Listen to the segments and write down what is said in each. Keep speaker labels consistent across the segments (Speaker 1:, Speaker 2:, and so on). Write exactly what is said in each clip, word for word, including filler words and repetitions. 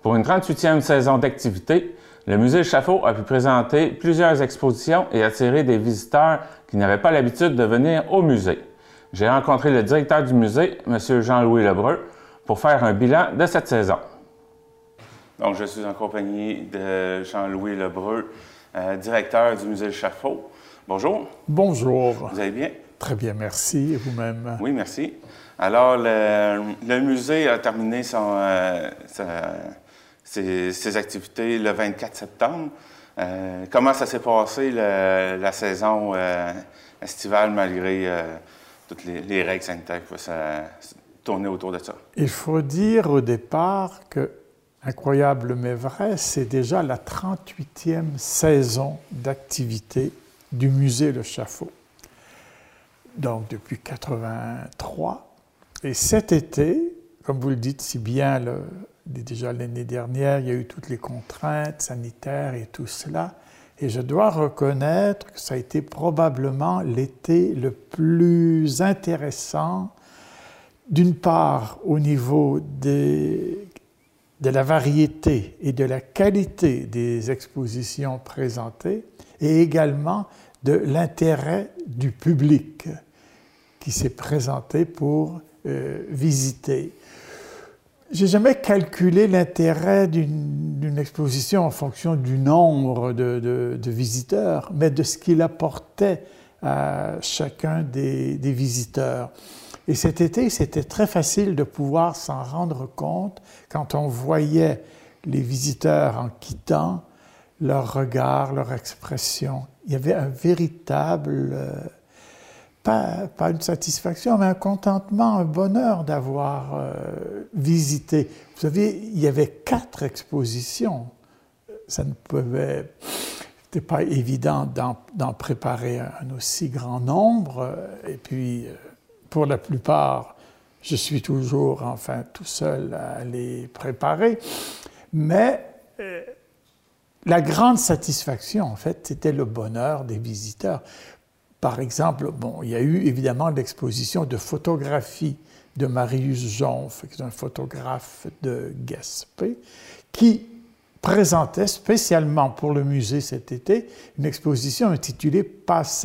Speaker 1: Pour une trente-huitième saison d'activité, le Musée Échafaud a pu présenter plusieurs expositions et attirer des visiteurs qui n'avaient pas l'habitude de venir au musée. J'ai rencontré le directeur du musée, M. Jean-Louis Lebreu, pour faire un bilan de cette saison. Donc, je suis en compagnie de Jean-Louis Lebreu, euh, directeur du Musée Échafaud. Bonjour.
Speaker 2: Bonjour.
Speaker 1: Vous allez bien?
Speaker 2: Très bien, merci. Et vous-même?
Speaker 1: Oui, merci. Alors, le, le musée a terminé son, euh, sa, ses, ses activités le vingt-quatre septembre. Euh, comment ça s'est passé le, la saison euh, estivale malgré euh, toutes les, les règles sanitaires qui pouvaient tourner autour de ça? Il
Speaker 2: faut dire au départ que, incroyable mais vrai, c'est déjà la trente-huitième saison d'activité du musée L'Échafaud. Donc depuis quatre-vingt-trois. Et cet été, comme vous le dites si bien, le, déjà l'année dernière, il y a eu toutes les contraintes sanitaires et tout cela. Et je dois reconnaître que ça a été probablement l'été le plus intéressant, d'une part au niveau des, de la variété et de la qualité des expositions présentées, et également de l'intérêt du public qui s'est présenté pour euh, visiter. Je n'ai jamais calculé l'intérêt d'une exposition en fonction du nombre de, de, de visiteurs, mais de ce qu'il apportait à chacun des, des visiteurs. Et cet été, c'était très facile de pouvoir s'en rendre compte quand on voyait les visiteurs en quittant, leur regard, leur expression. Il y avait un véritable, euh, pas, pas une satisfaction, mais un contentement, un bonheur d'avoir euh, visité. Vous savez, il y avait quatre expositions. Ça ne pouvait, c'était pas évident d'en préparer un aussi grand nombre. Et puis, pour la plupart, je suis toujours, enfin, tout seul à les préparer. Mais euh, la grande satisfaction, en fait, c'était le bonheur des visiteurs. Par exemple, bon, il y a eu évidemment l'exposition de photographie de Marius Jonf, qui est un photographe de Gaspé, qui présentait spécialement pour le musée cet été une exposition intitulée « Passage ».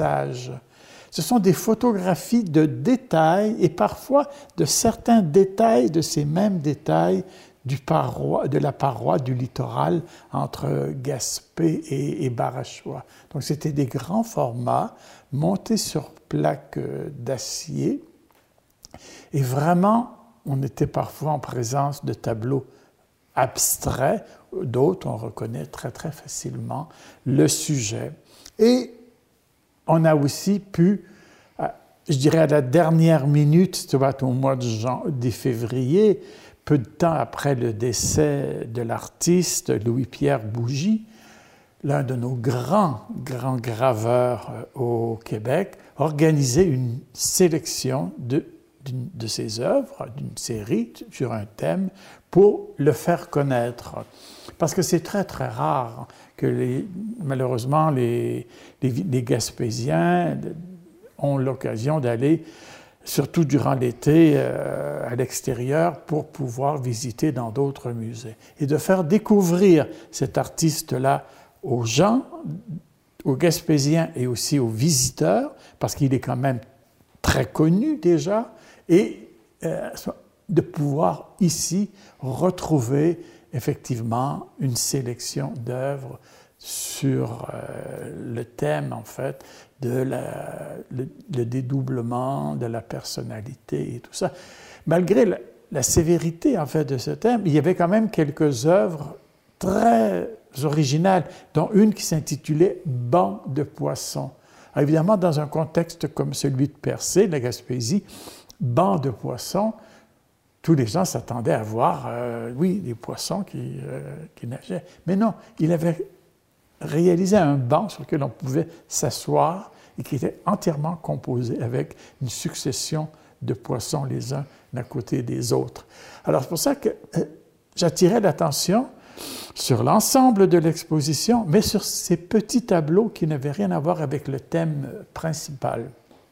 Speaker 2: Ce sont des photographies de détails et parfois de certains détails de ces mêmes détails du paroi, de la paroi du littoral entre Gaspé et, et Barachois. Donc c'était des grands formats montés sur plaques d'acier et vraiment on était parfois en présence de tableaux abstraits, d'autres on reconnaît très très facilement le sujet. Et on a aussi pu, je dirais à la dernière minute, c'était au mois de, jan- de février, peu de temps après le décès de l'artiste Louis-Pierre Bougie, l'un de nos grands, grands graveurs au Québec, organiser une sélection de, de ses œuvres, d'une série sur un thème, pour le faire connaître. Parce que c'est très, très rare que, les, malheureusement, les, les, les Gaspésiens ont l'occasion d'aller, surtout durant l'été, euh, à l'extérieur pour pouvoir visiter dans d'autres musées. Et de faire découvrir cet artiste-là aux gens, aux Gaspésiens et aussi aux visiteurs, parce qu'il est quand même très connu déjà, et euh, de pouvoir ici retrouver effectivement une sélection d'œuvres sur euh, le thème, en fait, de la, le, le dédoublement de la personnalité et tout ça. Malgré la, la sévérité, en fait, de ce thème, il y avait quand même quelques œuvres très originales, dont une qui s'intitulait « Banc de poissons ». Alors, évidemment, dans un contexte comme celui de Percé, la Gaspésie, banc de poissons, tous les gens s'attendaient à voir, euh, oui, des poissons qui, euh, qui nageaient. Mais non, il avait réalisé un banc sur lequel on pouvait s'asseoir et qui était entièrement composé avec une succession de poissons les uns à côté des autres. Alors, c'est pour ça que euh, j'attirais l'attention sur l'ensemble de l'exposition, mais sur ces petits tableaux qui n'avaient rien à voir avec le thème principal.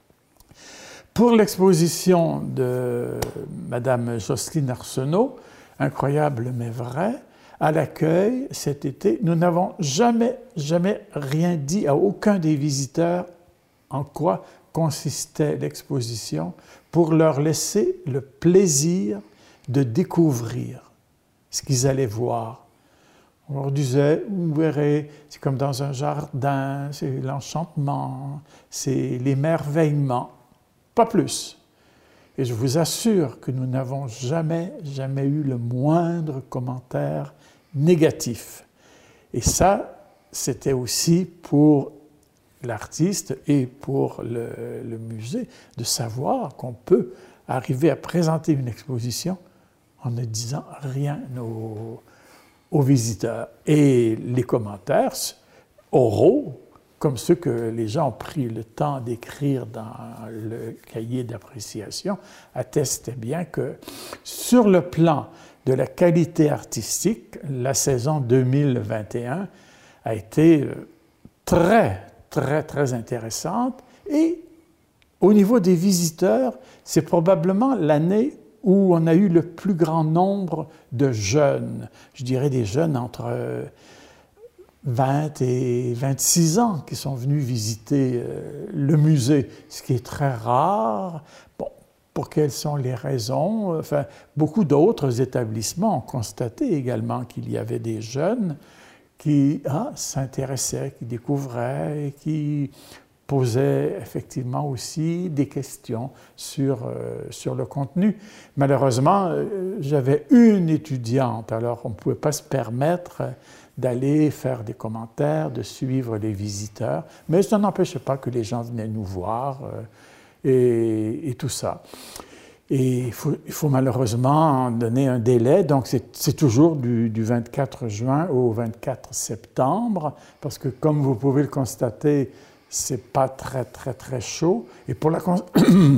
Speaker 2: Pour l'exposition de Madame Jocelyne Arsenault, incroyable mais vrai, À l'accueil, cet été, nous n'avons jamais, jamais rien dit à aucun des visiteurs en quoi consistait l'exposition pour leur laisser le plaisir de découvrir ce qu'ils allaient voir. On leur disait, vous verrez, c'est comme dans un jardin, c'est l'enchantement, c'est l'émerveillement, pas plus. Et je vous assure que nous n'avons jamais, jamais eu le moindre commentaire négatif. Et ça, c'était aussi pour l'artiste et pour le, le musée de savoir qu'on peut arriver à présenter une exposition en ne disant rien aux, aux visiteurs. Et les commentaires oraux, comme ceux que les gens ont pris le temps d'écrire dans le cahier d'appréciation, attestent bien que sur le plan de la qualité artistique, la saison deux mille vingt et un a été très, très, très intéressante. Et au niveau des visiteurs, c'est probablement l'année où on a eu le plus grand nombre de jeunes. Je dirais des jeunes entre vingt et vingt-six ans qui sont venus visiter le musée, ce qui est très rare. Bon, pour quelles sont les raisons? Enfin, beaucoup d'autres établissements ont constaté également qu'il y avait des jeunes qui ah, s'intéressaient, qui découvraient et qui posaient effectivement aussi des questions sur, euh, sur le contenu. Malheureusement, euh, j'avais une étudiante, alors on ne pouvait pas se permettre d'aller faire des commentaires, de suivre les visiteurs, mais ça n'empêchait pas que les gens venaient nous voir euh, et, et tout ça. Et il faut, il faut malheureusement donner un délai, donc c'est, c'est toujours du, du vingt-quatre juin au vingt-quatre septembre, parce que comme vous pouvez le constater, c'est pas très, très, très chaud. Et pour la, cons-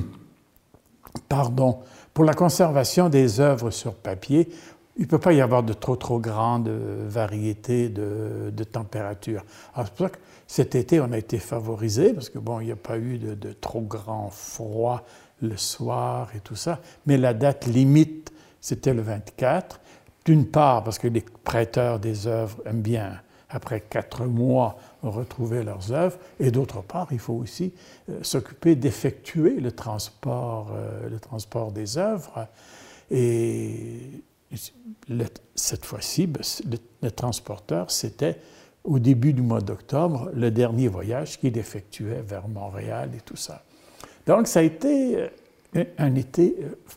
Speaker 2: Pardon, pour la conservation des œuvres sur papier, il ne peut pas y avoir de trop, trop grande variété de, de température. Alors, c'est pour ça que cet été, on a été favorisé, parce que bon, il n'y a pas eu de, de trop grand froid le soir et tout ça, mais la date limite, c'était le vingt-quatre. D'une part, parce que les prêteurs des œuvres aiment bien, après quatre mois, retrouver leurs œuvres, et d'autre part, il faut aussi euh, s'occuper d'effectuer le transport, euh, le transport des œuvres. Et le, cette fois-ci, le, le transporteur, c'était au début du mois d'octobre, le dernier voyage qu'il effectuait vers Montréal et tout ça. Donc, ça a été un, un été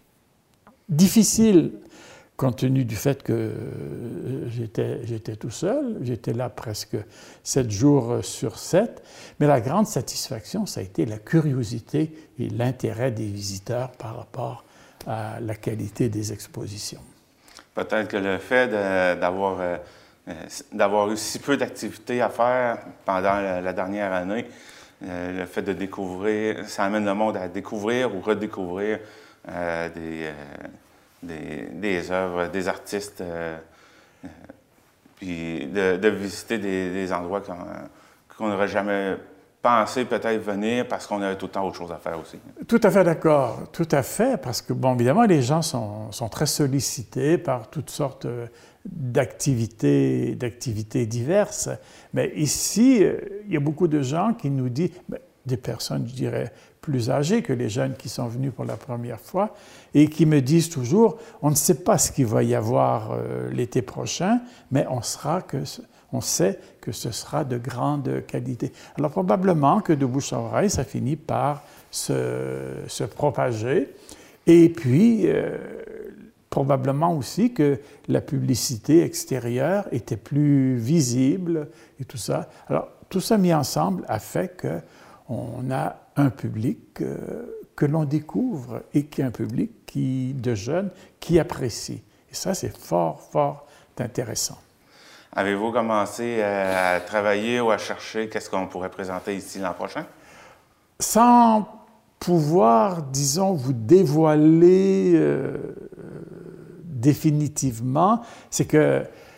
Speaker 2: difficile, compte tenu du fait que j'étais, j'étais tout seul, j'étais là presque sept jours sur sept, mais la grande satisfaction, ça a été la curiosité et l'intérêt des visiteurs par rapport à la qualité des expositions.
Speaker 1: Peut-être que le fait de, d'avoir, euh, d'avoir eu si peu d'activités à faire pendant la, la dernière année, euh, le fait de découvrir, ça amène le monde à découvrir ou redécouvrir euh, des... Euh, Des, des œuvres, des artistes, euh, euh, puis de, de visiter des, des endroits qu'on, qu'on n'aurait jamais pensé peut-être venir parce qu'on avait tout le temps autre chose à faire aussi.
Speaker 2: Tout à fait d'accord, tout à fait, parce que, bon, évidemment, les gens sont, sont très sollicités par toutes sortes d'activités, d'activités diverses, mais ici, il y a beaucoup de gens qui nous disent, ben, des personnes, je dirais, plus âgés que les jeunes qui sont venus pour la première fois et qui me disent toujours, on ne sait pas ce qu'il va y avoir euh, l'été prochain, mais on, sera que, on sait que ce sera de grande qualité. Alors probablement que de bouche à oreille, ça finit par se, se propager. Et puis, euh, probablement aussi que la publicité extérieure était plus visible et tout ça. Alors, tout ça mis ensemble a fait que on a un public euh, que l'on découvre et qui est un public qui, de jeunes qui apprécie. Et ça, c'est fort, fort intéressant.
Speaker 1: Avez-vous commencé à travailler ou à chercher qu'est-ce qu'on pourrait présenter ici l'an prochain?
Speaker 2: Sans pouvoir, disons, vous dévoiler euh, définitivement, c'est que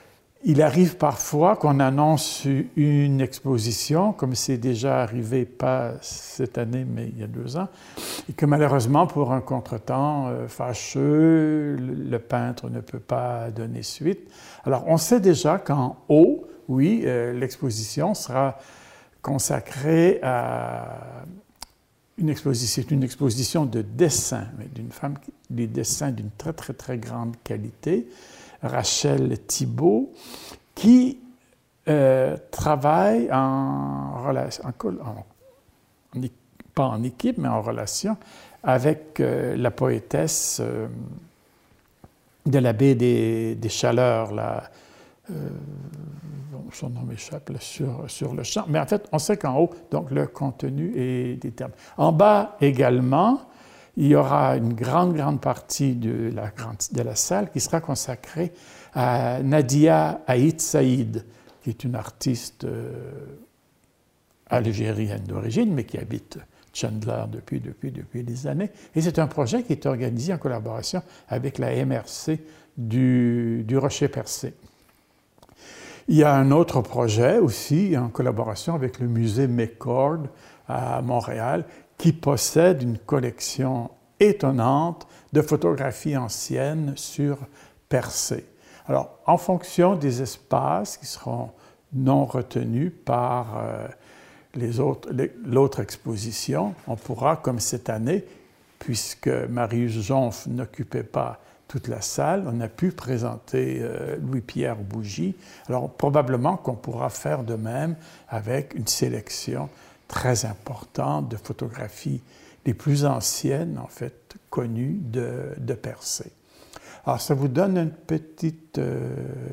Speaker 2: Il arrive parfois qu'on annonce une exposition, comme c'est déjà arrivé, pas cette année, mais il y a deux ans, et que malheureusement, pour un contretemps euh, fâcheux, le, le peintre ne peut pas donner suite. Alors, on sait déjà qu'en haut, oui, euh, l'exposition sera consacrée à une exposition, une exposition de dessins, mais d'une femme, des dessins d'une très, très, très grande qualité, Rachel Thibault, qui euh, travaille en relation, en, en, en, pas en équipe, mais en relation avec euh, la poétesse euh, de la baie des, des Chaleurs, là, euh, son nom m'échappe là, sur, sur le champ. Mais en fait, on sait qu'en haut, donc, le contenu est déterminé. En bas également, il y aura une grande, grande partie de la, grande, de la salle qui sera consacrée à Nadia Haït Saïd, qui est une artiste euh, algérienne d'origine, mais qui habite Chandler depuis, depuis, depuis des années. Et c'est un projet qui est organisé en collaboration avec la M R C du, du Rocher-Percé. Il y a un autre projet aussi en collaboration avec le musée McCord à Montréal, qui possède une collection étonnante de photographies anciennes sur Percé. Alors, en fonction des espaces qui seront non retenus par euh, les autres, les, l'autre exposition, on pourra, comme cette année, puisque Marius Jonf n'occupait pas toute la salle, on a pu présenter euh, Louis-Pierre Bougie. Alors, probablement qu'on pourra faire de même avec une sélection très importante de photographies les plus anciennes, en fait, connues de, de Percé. Alors, ça vous donne une petite euh,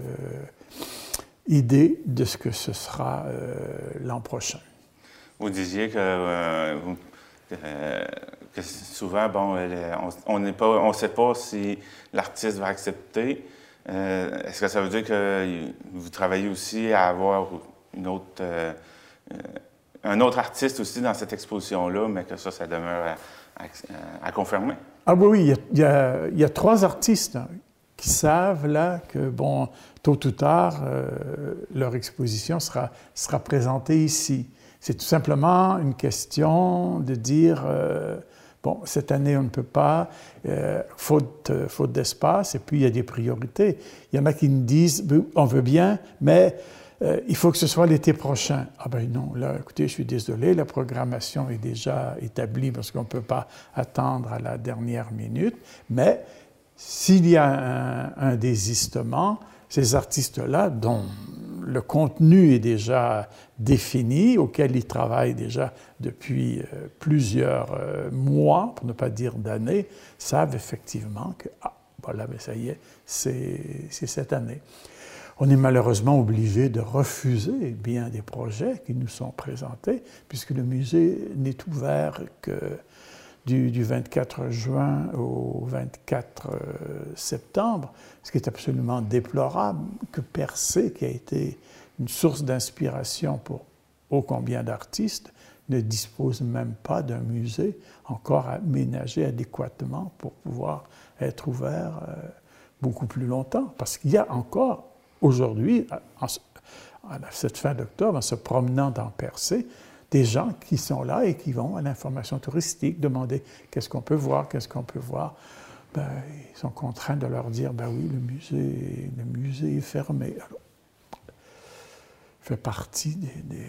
Speaker 2: idée de ce que ce sera euh, l'an prochain.
Speaker 1: Vous disiez que, euh, vous, euh, que souvent, bon, on ne on sait pas si l'artiste va accepter. Euh, est-ce que ça veut dire que vous travaillez aussi à avoir une autre... Euh, un autre artiste aussi dans cette exposition-là, mais que ça, ça demeure à, à, à confirmer?
Speaker 2: Ah oui, oui, il y a, il y a, il y a trois artistes hein, qui savent là que, bon, tôt ou tard, euh, leur exposition sera, sera présentée ici. C'est tout simplement une question de dire, euh, bon, cette année, on ne peut pas, euh, faute, euh, faute d'espace, et puis il y a des priorités. Il y en a qui nous disent, on veut bien, mais... Euh, il faut que ce soit l'été prochain. Ah ben non, là, écoutez, je suis désolé, la programmation est déjà établie parce qu'on ne peut pas attendre à la dernière minute. Mais s'il y a un, un désistement, ces artistes-là, dont le contenu est déjà défini, auquel ils travaillent déjà depuis euh, plusieurs euh, mois, pour ne pas dire d'années, savent effectivement que, ah, voilà, mais ça y est, c'est, c'est cette année. On est malheureusement obligé de refuser bien des projets qui nous sont présentés, puisque le musée n'est ouvert que du, du vingt-quatre juin au vingt-quatre septembre, ce qui est absolument déplorable, que Percé, qui a été une source d'inspiration pour ô combien d'artistes, ne dispose même pas d'un musée encore aménagé adéquatement pour pouvoir être ouvert euh, beaucoup plus longtemps, parce qu'il y a encore aujourd'hui, à cette fin d'octobre, en se promenant dans Percé, des gens qui sont là et qui vont à l'information touristique demander qu'est-ce qu'on peut voir, qu'est-ce qu'on peut voir. Ben, ils sont contraints de leur dire, ben oui, le musée, le musée est fermé. Alors, fait partie des, des,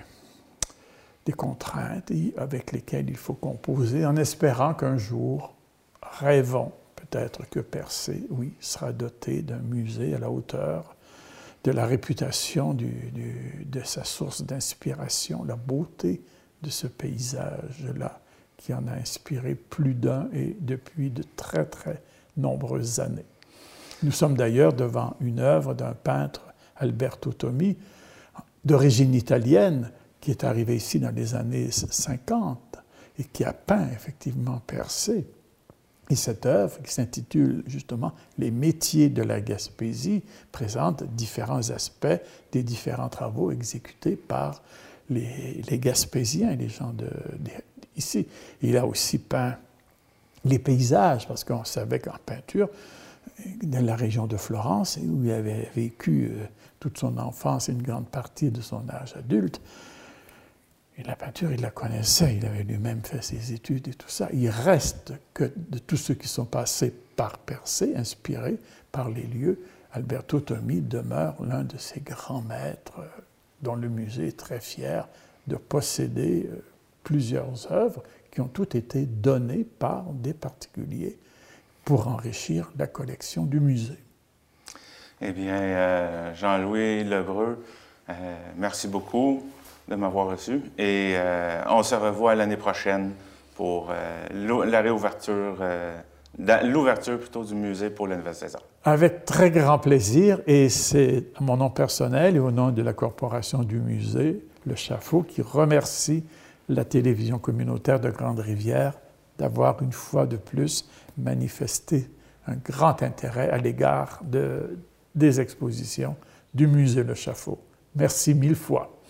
Speaker 2: des contraintes avec lesquelles il faut composer, en espérant qu'un jour, rêvons peut-être que Percé, oui, sera doté d'un musée à la hauteur de la réputation du, du, de sa source d'inspiration, la beauté de ce paysage-là, qui en a inspiré plus d'un et depuis de très, très nombreuses années. Nous sommes d'ailleurs devant une œuvre d'un peintre, Alberto Tommi, d'origine italienne, qui est arrivé ici dans les années cinquante et qui a peint effectivement Percé. Et cette œuvre, qui s'intitule justement « Les métiers de la Gaspésie », présente différents aspects des différents travaux exécutés par les, les Gaspésiens, les gens de, de, ici. Il a aussi peint les paysages, parce qu'on savait qu'en peinture, dans la région de Florence, où il avait vécu euh, toute son enfance et une grande partie de son âge adulte. Et la peinture, il la connaissait, il avait lui-même fait ses études et tout ça. Il reste que de tous ceux qui sont passés par Persée, inspirés par les lieux, Alberto Tommi demeure l'un de ces grands maîtres euh, dont le musée est très fier de posséder euh, plusieurs œuvres qui ont toutes été données par des particuliers pour enrichir la collection du musée.
Speaker 1: Eh bien, euh, Jean-Louis Lebreu, euh, merci beaucoup de m'avoir reçu et euh, on se revoit l'année prochaine pour euh, la réouverture, euh, l'ouverture plutôt du musée pour la nouvelle saison.
Speaker 2: Avec très grand plaisir, et c'est à mon nom personnel et au nom de la corporation du musée, le Chaffault, qui remercie la télévision communautaire de Grande-Rivière d'avoir une fois de plus manifesté un grand intérêt à l'égard de, des expositions du musée Le Chaffault. Merci mille fois.